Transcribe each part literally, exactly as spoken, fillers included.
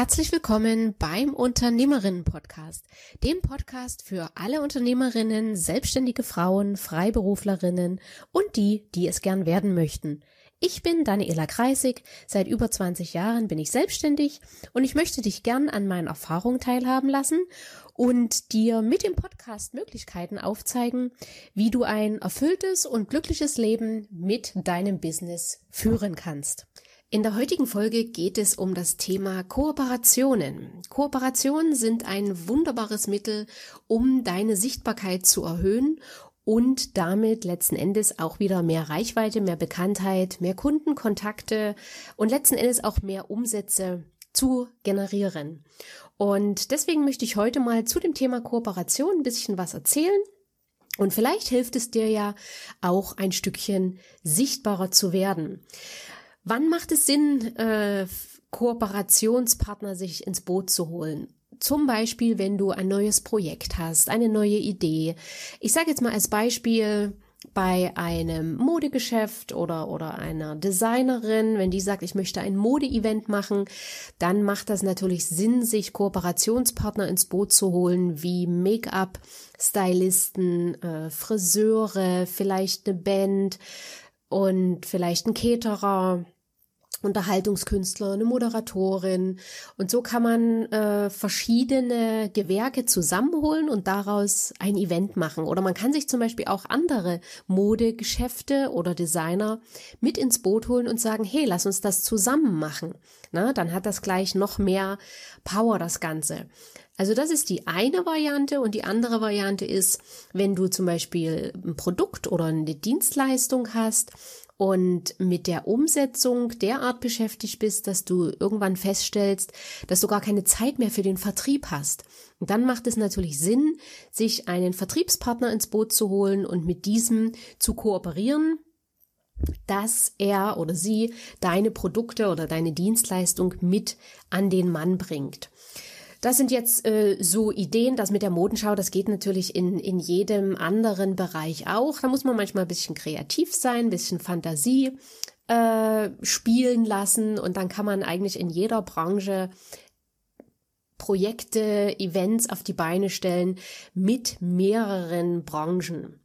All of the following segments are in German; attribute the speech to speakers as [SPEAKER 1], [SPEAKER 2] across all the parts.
[SPEAKER 1] Herzlich willkommen beim Unternehmerinnen-Podcast, dem Podcast für alle Unternehmerinnen, selbstständige Frauen, Freiberuflerinnen und die, die es gern werden möchten. Ich bin Daniela Kreisig, seit über zwanzig Jahren bin ich selbstständig und ich möchte dich gern an meinen Erfahrungen teilhaben lassen und dir mit dem Podcast Möglichkeiten aufzeigen, wie du ein erfülltes und glückliches Leben mit deinem Business führen kannst. In der heutigen Folge geht es um das Thema Kooperationen. Kooperationen sind ein wunderbares Mittel, um deine Sichtbarkeit zu erhöhen und damit letzten Endes auch wieder mehr Reichweite, mehr Bekanntheit, mehr Kundenkontakte und letzten Endes auch mehr Umsätze zu generieren. Und deswegen möchte ich heute mal zu dem Thema Kooperation ein bisschen was erzählen. Und vielleicht hilft es dir ja auch ein Stückchen sichtbarer zu werden. Wann macht es Sinn, äh, Kooperationspartner sich ins Boot zu holen? Zum Beispiel, wenn du ein neues Projekt hast, eine neue Idee. Ich sage jetzt mal als Beispiel bei einem Modegeschäft oder, oder einer Designerin, wenn die sagt, ich möchte ein Mode-Event machen, dann macht das natürlich Sinn, sich Kooperationspartner ins Boot zu holen, wie Make-up, Stylisten, äh, Friseure, vielleicht eine Band und vielleicht ein Caterer, Unterhaltungskünstler, eine Moderatorin, und so kann man äh, verschiedene Gewerke zusammenholen und daraus ein Event machen. Oder man kann sich zum Beispiel auch andere Modegeschäfte oder Designer mit ins Boot holen und sagen, hey, lass uns das zusammen machen. Na, dann hat das gleich noch mehr Power, das Ganze. Also das ist die eine Variante, und die andere Variante ist, wenn du zum Beispiel ein Produkt oder eine Dienstleistung hast und mit der Umsetzung derart beschäftigt bist, dass du irgendwann feststellst, dass du gar keine Zeit mehr für den Vertrieb hast. Und dann macht es natürlich Sinn, sich einen Vertriebspartner ins Boot zu holen und mit diesem zu kooperieren, dass er oder sie deine Produkte oder deine Dienstleistung mit an den Mann bringt. Das sind jetzt äh, so Ideen, das mit der Modenschau, das geht natürlich in, in jedem anderen Bereich auch. Da muss man manchmal ein bisschen kreativ sein, ein bisschen Fantasie äh, spielen lassen, und dann kann man eigentlich in jeder Branche Projekte, Events auf die Beine stellen mit mehreren Branchen.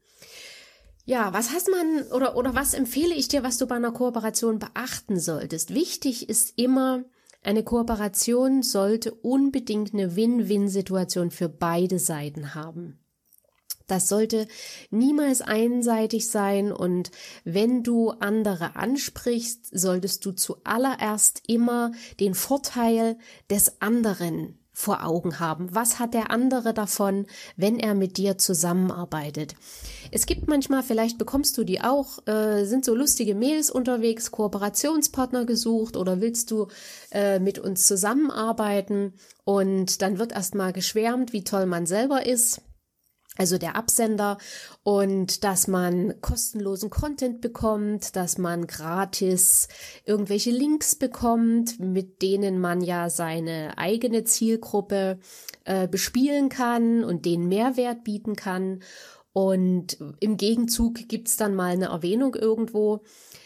[SPEAKER 1] Ja, was hast man oder, oder was empfehle ich dir, was du bei einer Kooperation beachten solltest? Wichtig ist immer, eine Kooperation sollte unbedingt eine Win-Win-Situation für beide Seiten haben. Das sollte niemals einseitig sein, und wenn du andere ansprichst, solltest du zuallererst immer den Vorteil des anderen vor Augen haben. Was hat der andere davon, wenn er mit dir zusammenarbeitet? Es gibt manchmal, vielleicht bekommst du die auch, äh, sind so lustige Mails unterwegs, Kooperationspartner gesucht, oder willst du äh, mit uns zusammenarbeiten? Und dann wird erstmal geschwärmt, wie toll man selber ist, also der Absender, und dass man kostenlosen Content bekommt, dass man gratis irgendwelche Links bekommt, mit denen man ja seine eigene Zielgruppe äh, bespielen kann und denen Mehrwert bieten kann. Und im Gegenzug gibt's dann mal eine Erwähnung irgendwo.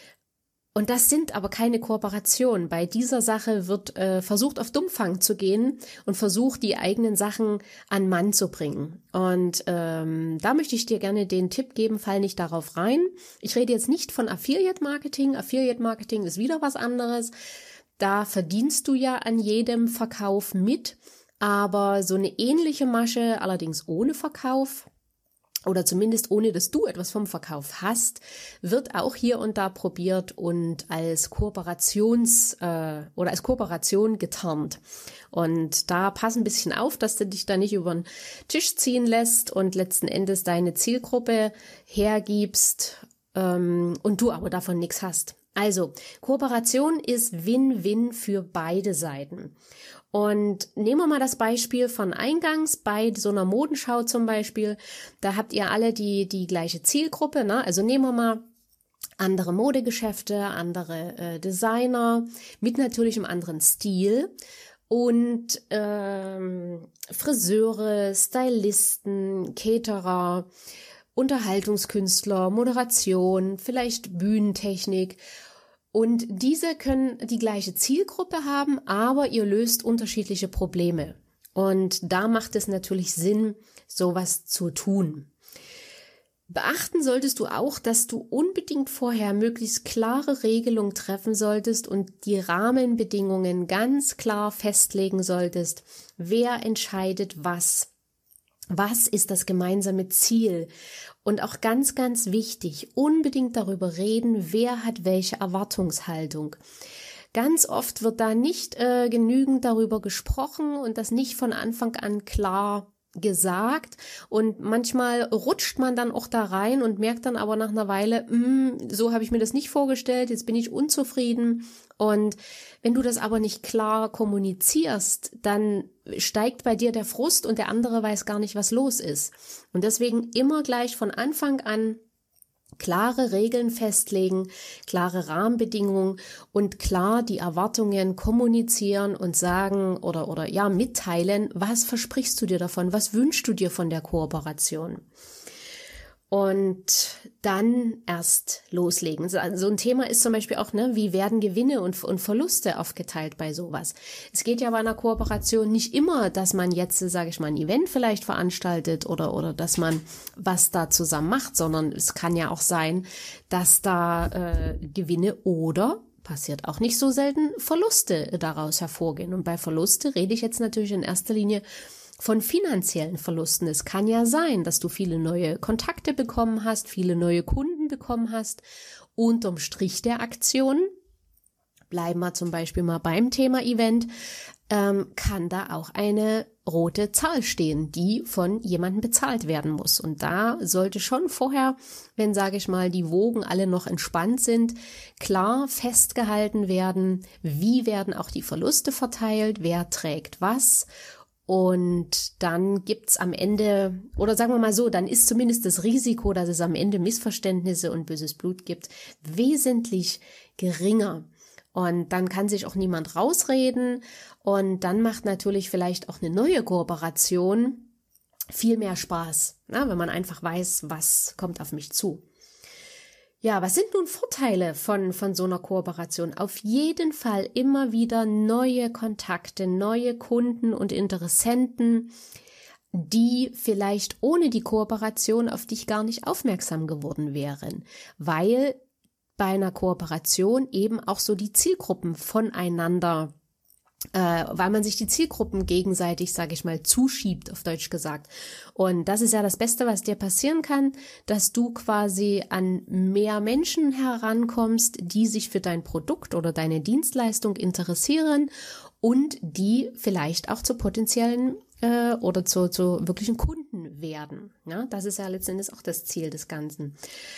[SPEAKER 1] Und das sind aber keine Kooperationen. Bei dieser Sache wird äh, versucht, auf Dummfang zu gehen und versucht, die eigenen Sachen an Mann zu bringen. Und ähm, da möchte ich dir gerne den Tipp geben, fall nicht darauf rein. Ich rede jetzt nicht von Affiliate-Marketing. Affiliate-Marketing ist wieder was anderes. Da verdienst du ja an jedem Verkauf mit. Aber so eine ähnliche Masche, allerdings ohne Verkauf, oder zumindest ohne, dass du etwas vom Verkauf hast, wird auch hier und da probiert und als Kooperations äh, oder als Kooperation getarnt. Und da pass ein bisschen auf, dass du dich da nicht über den Tisch ziehen lässt und letzten Endes deine Zielgruppe hergibst ähm, und du aber davon nichts hast. Also, Kooperation ist Win-Win für beide Seiten. Und nehmen wir mal das Beispiel von eingangs bei so einer Modenschau zum Beispiel. Da habt ihr alle die die gleiche Zielgruppe, ne? Also nehmen wir mal andere Modegeschäfte, andere äh, Designer mit natürlich einem anderen Stil und ähm, Friseure, Stylisten, Caterer, Unterhaltungskünstler, Moderation, vielleicht Bühnentechnik. Und diese können die gleiche Zielgruppe haben, aber ihr löst unterschiedliche Probleme. Und da macht es natürlich Sinn, sowas zu tun. Beachten solltest du auch, dass du unbedingt vorher möglichst klare Regelungen treffen solltest und die Rahmenbedingungen ganz klar festlegen solltest. Wer entscheidet was? Was ist das gemeinsame Ziel? Und auch ganz, ganz wichtig, unbedingt darüber reden, wer hat welche Erwartungshaltung. Ganz oft wird da nicht äh, genügend darüber gesprochen und das nicht von Anfang an klar gesagt, und manchmal rutscht man dann auch da rein und merkt dann aber nach einer Weile, mm, so habe ich mir das nicht vorgestellt, jetzt bin ich unzufrieden. Und wenn du das aber nicht klar kommunizierst, dann steigt bei dir der Frust und der andere weiß gar nicht, was los ist. Und deswegen immer gleich von Anfang an klare Regeln festlegen, klare Rahmenbedingungen und klar die Erwartungen kommunizieren und sagen oder, oder ja, mitteilen, was versprichst du dir davon, was wünschst du dir von der Kooperation? Und dann erst loslegen. So ein Thema ist zum Beispiel auch, ne, wie werden Gewinne und, und Verluste aufgeteilt bei sowas. Es geht ja bei einer Kooperation nicht immer, dass man jetzt, sage ich mal, ein Event vielleicht veranstaltet oder, oder dass man was da zusammen macht, sondern es kann ja auch sein, dass da äh, Gewinne oder, passiert auch nicht so selten, Verluste daraus hervorgehen. Und bei Verluste rede ich jetzt natürlich in erster Linie von finanziellen Verlusten. Es kann ja sein, dass du viele neue Kontakte bekommen hast, viele neue Kunden bekommen hast. Unterm Strich der Aktion, bleiben wir zum Beispiel mal beim Thema Event, ähm, kann da auch eine rote Zahl stehen, die von jemandem bezahlt werden muss. Und da sollte schon vorher, wenn, sage ich mal, die Wogen alle noch entspannt sind, klar festgehalten werden, wie werden auch die Verluste verteilt, wer trägt was. Und dann gibt's am Ende, oder sagen wir mal so, dann ist zumindest das Risiko, dass es am Ende Missverständnisse und böses Blut gibt, wesentlich geringer. Und dann kann sich auch niemand rausreden. Und dann macht natürlich vielleicht auch eine neue Kooperation viel mehr Spaß, na, wenn man einfach weiß, was kommt auf mich zu. Ja, was sind nun Vorteile von, von so einer Kooperation? Auf jeden Fall immer wieder neue Kontakte, neue Kunden und Interessenten, die vielleicht ohne die Kooperation auf dich gar nicht aufmerksam geworden wären, weil bei einer Kooperation eben auch so die Zielgruppen voneinander Äh, weil man sich die Zielgruppen gegenseitig, sage ich mal, zuschiebt, auf Deutsch gesagt. Und das ist ja das Beste, was dir passieren kann, dass du quasi an mehr Menschen herankommst, die sich für dein Produkt oder deine Dienstleistung interessieren und die vielleicht auch zu potenziellen äh, oder zu, zu wirklichen Kunden werden. Ja, das ist ja letztendlich auch das Ziel des Ganzen.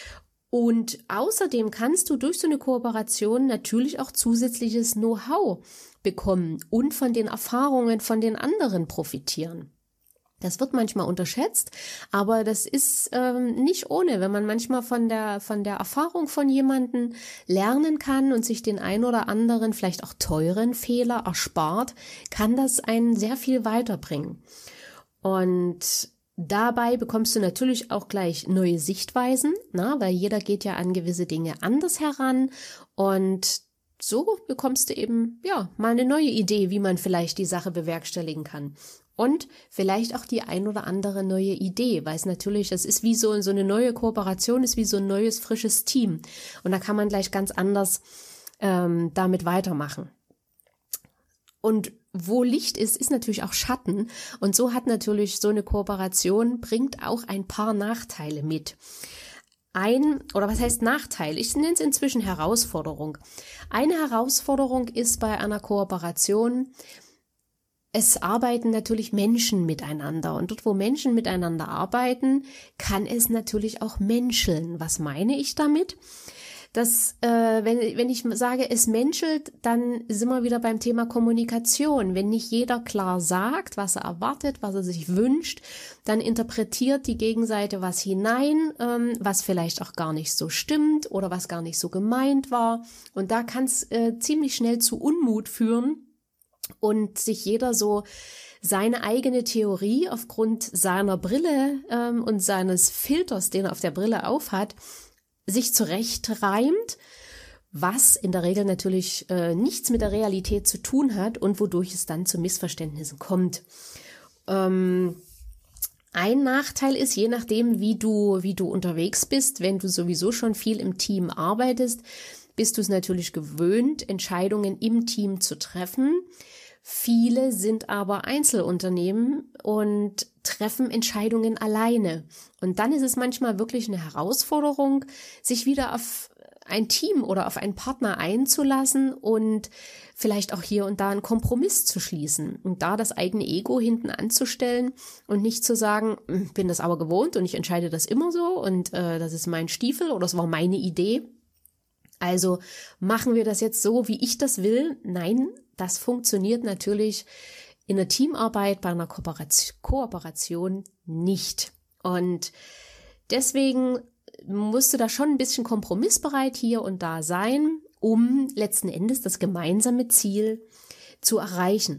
[SPEAKER 1] Und außerdem kannst du durch so eine Kooperation natürlich auch zusätzliches Know-how bekommen und von den Erfahrungen von den anderen profitieren. Das wird manchmal unterschätzt, aber das ist ähm, nicht ohne, wenn man manchmal von der von der Erfahrung von jemandem lernen kann und sich den ein oder anderen, vielleicht auch teuren Fehler erspart, kann das einen sehr viel weiterbringen. Und dabei bekommst du natürlich auch gleich neue Sichtweisen, na, weil jeder geht ja an gewisse Dinge anders heran und so bekommst du eben, ja, mal eine neue Idee, wie man vielleicht die Sache bewerkstelligen kann. Und vielleicht auch die ein oder andere neue Idee, weil es natürlich, das ist wie so, so eine neue Kooperation, ist wie so ein neues, frisches Team. Und da kann man gleich ganz anders ähm, damit weitermachen. Und wo Licht ist, ist natürlich auch Schatten. Und so hat natürlich so eine Kooperation, bringt auch ein paar Nachteile mit. Ein, oder was heißt Nachteil? Ich nenne es inzwischen Herausforderung. Eine Herausforderung ist bei einer Kooperation, es arbeiten natürlich Menschen miteinander. Und dort, wo Menschen miteinander arbeiten, kann es natürlich auch menscheln. Was meine ich damit? Das, äh, wenn, wenn ich sage, es menschelt, dann sind wir wieder beim Thema Kommunikation. Wenn nicht jeder klar sagt, was er erwartet, was er sich wünscht, dann interpretiert die Gegenseite was hinein, ähm, was vielleicht auch gar nicht so stimmt oder was gar nicht so gemeint war. Und da kann es äh, ziemlich schnell zu Unmut führen und sich jeder so seine eigene Theorie aufgrund seiner Brille ähm, und seines Filters, den er auf der Brille aufhat, sich zurecht reimt, was in der Regel natürlich äh, nichts mit der Realität zu tun hat und wodurch es dann zu Missverständnissen kommt. Ähm, ein Nachteil ist, je nachdem, wie du, wie du unterwegs bist, wenn du sowieso schon viel im Team arbeitest, bist du es natürlich gewöhnt, Entscheidungen im Team zu treffen. Viele sind aber Einzelunternehmen und treffen Entscheidungen alleine. Und dann ist es manchmal wirklich eine Herausforderung, sich wieder auf ein Team oder auf einen Partner einzulassen und vielleicht auch hier und da einen Kompromiss zu schließen und da das eigene Ego hinten anzustellen und nicht zu sagen, ich bin das aber gewohnt und ich entscheide das immer so und äh, das ist mein Stiefel oder das war meine Idee. Also machen wir das jetzt so, wie ich das will? Nein, das funktioniert natürlich in der Teamarbeit, bei einer Kooperation, Kooperation nicht. Und deswegen musst du da schon ein bisschen kompromissbereit hier und da sein, um letzten Endes das gemeinsame Ziel zu erreichen.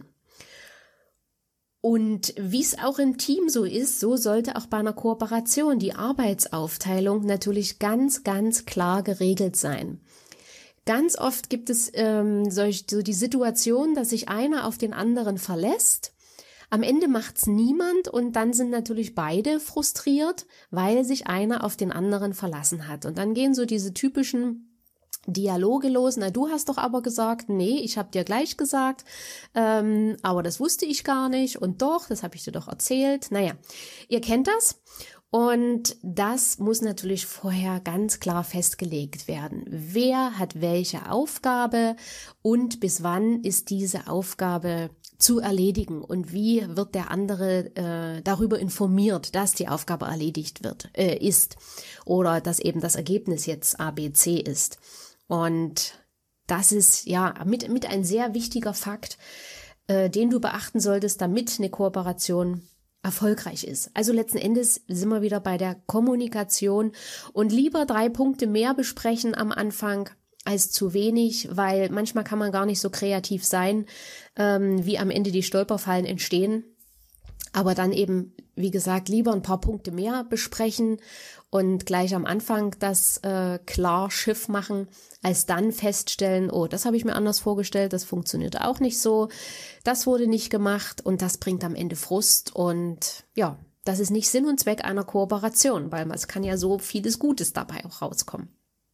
[SPEAKER 1] Und wie es auch im Team so ist, so sollte auch bei einer Kooperation die Arbeitsaufteilung natürlich ganz, ganz klar geregelt sein. Ganz oft gibt es ähm, solch, so die Situation, dass sich einer auf den anderen verlässt. Am Ende macht's niemand und dann sind natürlich beide frustriert, weil sich einer auf den anderen verlassen hat. Und dann gehen so diese typischen Dialoge los. Na, du hast doch aber gesagt, nee, ich habe dir gleich gesagt, ähm, aber das wusste ich gar nicht und doch, das habe ich dir doch erzählt. Naja, ihr kennt das. Und das muss natürlich vorher ganz klar festgelegt werden. Wer hat welche Aufgabe und bis wann ist diese Aufgabe zu erledigen und wie wird der andere äh, darüber informiert, dass die Aufgabe erledigt wird, äh, ist oder dass eben das Ergebnis jetzt A B C ist. Und das ist ja mit, mit ein sehr wichtiger Fakt, äh, den du beachten solltest, damit eine Kooperation erfolgreich ist. Also letzten Endes sind wir wieder bei der Kommunikation und lieber drei Punkte mehr besprechen am Anfang als zu wenig, weil manchmal kann man gar nicht so kreativ sein, ähm, wie am Ende die Stolperfallen entstehen. Aber dann eben, wie gesagt, lieber ein paar Punkte mehr besprechen und gleich am Anfang das äh, klar Schiff machen, als dann feststellen, oh, das habe ich mir anders vorgestellt, das funktioniert auch nicht so, das wurde nicht gemacht und das bringt am Ende Frust und ja, das ist nicht Sinn und Zweck einer Kooperation, weil es kann ja so vieles Gutes dabei auch rauskommen.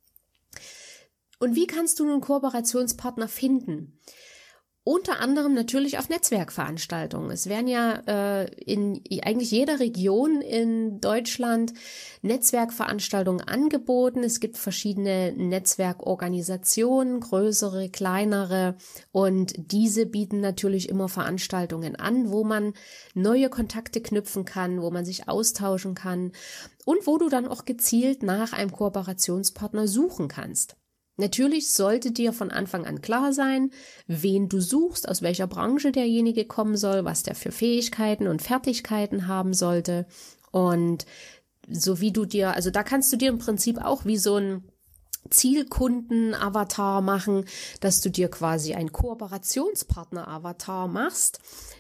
[SPEAKER 1] Und wie kannst du einen Kooperationspartner finden? Unter anderem natürlich auf Netzwerkveranstaltungen. Es werden ja äh, in eigentlich jeder Region in Deutschland Netzwerkveranstaltungen angeboten. Es gibt verschiedene Netzwerkorganisationen, größere, kleinere, und diese bieten natürlich immer Veranstaltungen an, wo man neue Kontakte knüpfen kann, wo man sich austauschen kann und wo du dann auch gezielt nach einem Kooperationspartner suchen kannst. Natürlich sollte dir von Anfang an klar sein, wen du suchst, aus welcher Branche derjenige kommen soll, was der für Fähigkeiten und Fertigkeiten haben sollte. Und so wie du dir, also da kannst du dir im Prinzip auch wie so ein Zielkunden-Avatar machen, dass du dir quasi ein Kooperationspartner-Avatar machst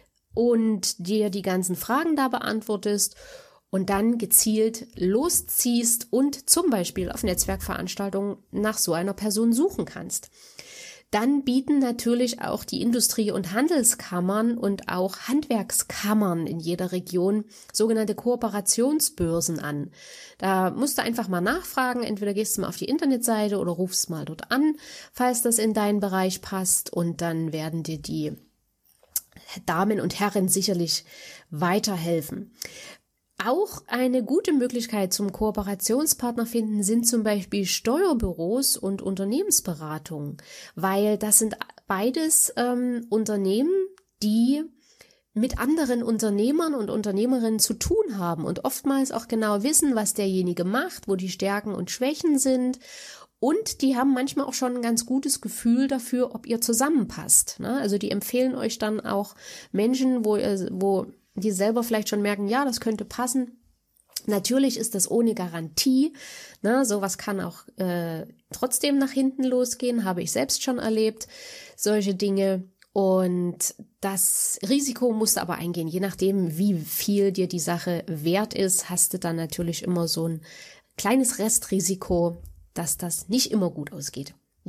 [SPEAKER 1] und dir die ganzen Fragen da beantwortest und dann gezielt losziehst und zum Beispiel auf Netzwerkveranstaltungen nach so einer Person suchen kannst. Dann bieten natürlich auch die Industrie- und Handelskammern und auch Handwerkskammern in jeder Region sogenannte Kooperationsbörsen an. Da musst du einfach mal nachfragen, entweder gehst du mal auf die Internetseite oder rufst mal dort an, falls das in deinen Bereich passt, und dann werden dir die Damen und Herren sicherlich weiterhelfen. Auch eine gute Möglichkeit zum Kooperationspartner finden sind zum Beispiel Steuerbüros und Unternehmensberatungen, weil das sind beides ähm, Unternehmen, die mit anderen Unternehmern und Unternehmerinnen zu tun haben und oftmals auch genau wissen, was derjenige macht, wo die Stärken und Schwächen sind. Und die haben manchmal auch schon ein ganz gutes Gefühl dafür, ob ihr zusammenpasst, ne? Also die empfehlen euch dann auch Menschen, wo ihr, wo die selber vielleicht schon merken, ja, das könnte passen. Natürlich ist das ohne Garantie, ne? Sowas kann auch äh, trotzdem nach hinten losgehen, habe ich selbst schon erlebt, solche Dinge. Und das Risiko musst du aber eingehen, je nachdem, wie viel dir die Sache wert ist, hast du dann natürlich immer so ein kleines Restrisiko, dass das nicht immer gut ausgeht. Ja,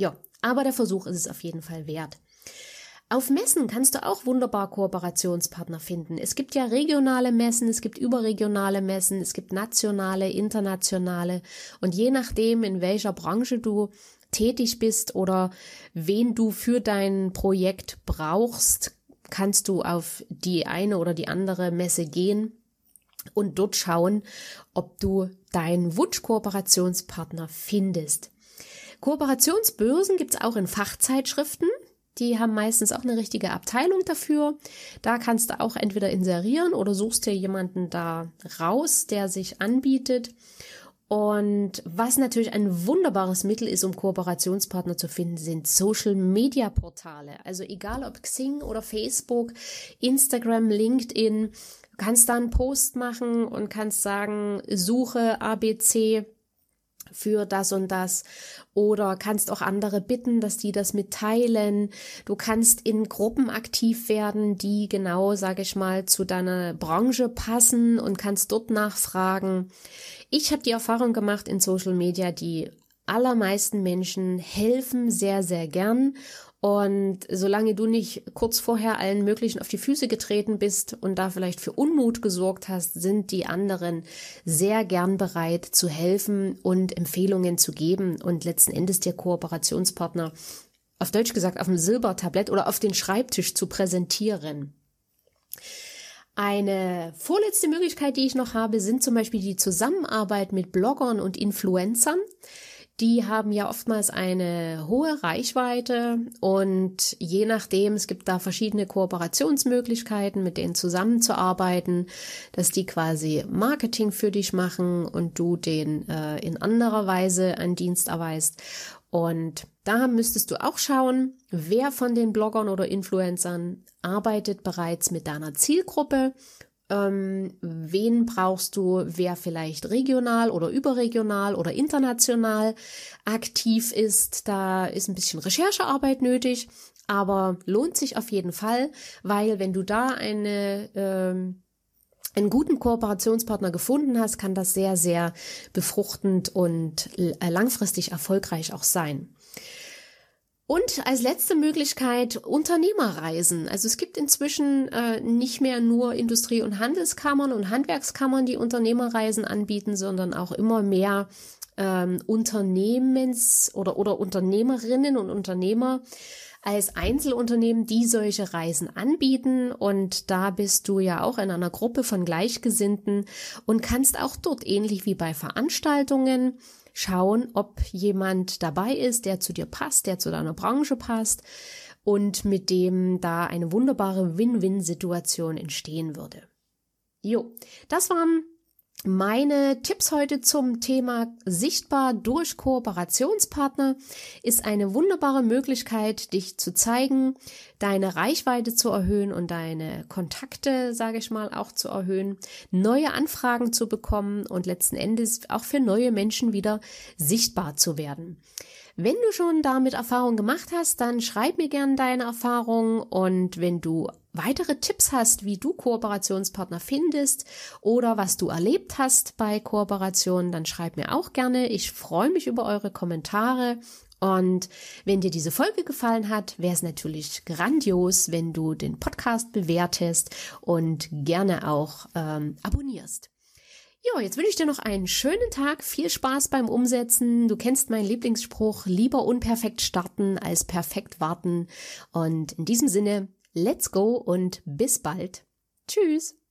[SPEAKER 1] Aber der Versuch ist es auf jeden Fall wert. Auf Messen kannst du auch wunderbar Kooperationspartner finden. Es gibt ja regionale Messen, es gibt überregionale Messen, es gibt nationale, internationale und je nachdem, in welcher Branche du tätig bist oder wen du für dein Projekt brauchst, kannst du auf die eine oder die andere Messe gehen und dort schauen, ob du deinen Wunsch-Kooperationspartner findest. Kooperationsbörsen gibt es auch in Fachzeitschriften. Die haben meistens auch eine richtige Abteilung dafür. Da kannst du auch entweder inserieren oder suchst dir jemanden da raus, der sich anbietet. Und was natürlich ein wunderbares Mittel ist, um Kooperationspartner zu finden, sind Social-Media-Portale. Also egal ob Xing oder Facebook, Instagram, LinkedIn, du kannst da einen Post machen und kannst sagen, suche A B C für das und das oder kannst auch andere bitten, dass die das mitteilen. Du kannst in Gruppen aktiv werden, die genau, sage ich mal, zu deiner Branche passen und kannst dort nachfragen. Ich habe die Erfahrung gemacht in Social Media, die allermeisten Menschen helfen sehr, sehr gern. Und solange du nicht kurz vorher allen möglichen auf die Füße getreten bist und da vielleicht für Unmut gesorgt hast, sind die anderen sehr gern bereit zu helfen und Empfehlungen zu geben und letzten Endes dir Kooperationspartner, auf Deutsch gesagt, auf dem Silbertablett oder auf den Schreibtisch zu präsentieren. Eine vorletzte Möglichkeit, die ich noch habe, sind zum Beispiel die Zusammenarbeit mit Bloggern und Influencern. Die haben ja oftmals eine hohe Reichweite und je nachdem, es gibt da verschiedene Kooperationsmöglichkeiten, mit denen zusammenzuarbeiten, dass die quasi Marketing für dich machen und du denen äh, in anderer Weise einen Dienst erweist. Und da müsstest du auch schauen, wer von den Bloggern oder Influencern arbeitet bereits mit deiner Zielgruppe. Ähm, wen brauchst du, wer vielleicht regional oder überregional oder international aktiv ist. Da ist ein bisschen Recherchearbeit nötig, aber lohnt sich auf jeden Fall, weil wenn du da eine, ähm, einen guten Kooperationspartner gefunden hast, kann das sehr, sehr befruchtend und langfristig erfolgreich auch sein. Und als letzte Möglichkeit Unternehmerreisen. Also es gibt inzwischen äh, nicht mehr nur Industrie- und Handelskammern und Handwerkskammern, die Unternehmerreisen anbieten, sondern auch immer mehr ähm, Unternehmens- oder, oder Unternehmerinnen und Unternehmer als Einzelunternehmen, die solche Reisen anbieten. Und da bist du ja auch in einer Gruppe von Gleichgesinnten und kannst auch dort ähnlich wie bei Veranstaltungen schauen, ob jemand dabei ist, der zu dir passt, der zu deiner Branche passt und mit dem da eine wunderbare Win-Win-Situation entstehen würde. Jo, das waren meine Tipps heute zum Thema sichtbar durch Kooperationspartner. Ist eine wunderbare Möglichkeit, dich zu zeigen, deine Reichweite zu erhöhen und deine Kontakte, sage ich mal, auch zu erhöhen, neue Anfragen zu bekommen und letzten Endes auch für neue Menschen wieder sichtbar zu werden. Wenn du schon damit Erfahrung gemacht hast, dann schreib mir gerne deine Erfahrungen und wenn du weitere Tipps hast, wie du Kooperationspartner findest oder was du erlebt hast bei Kooperationen, dann schreib mir auch gerne. Ich freue mich über eure Kommentare und wenn dir diese Folge gefallen hat, wäre es natürlich grandios, wenn du den Podcast bewertest und gerne auch ähm, abonnierst. Ja, jetzt wünsche ich dir noch einen schönen Tag, viel Spaß beim Umsetzen. Du kennst meinen Lieblingsspruch, lieber unperfekt starten als perfekt warten. Und in diesem Sinne, let's go und bis bald. Tschüss.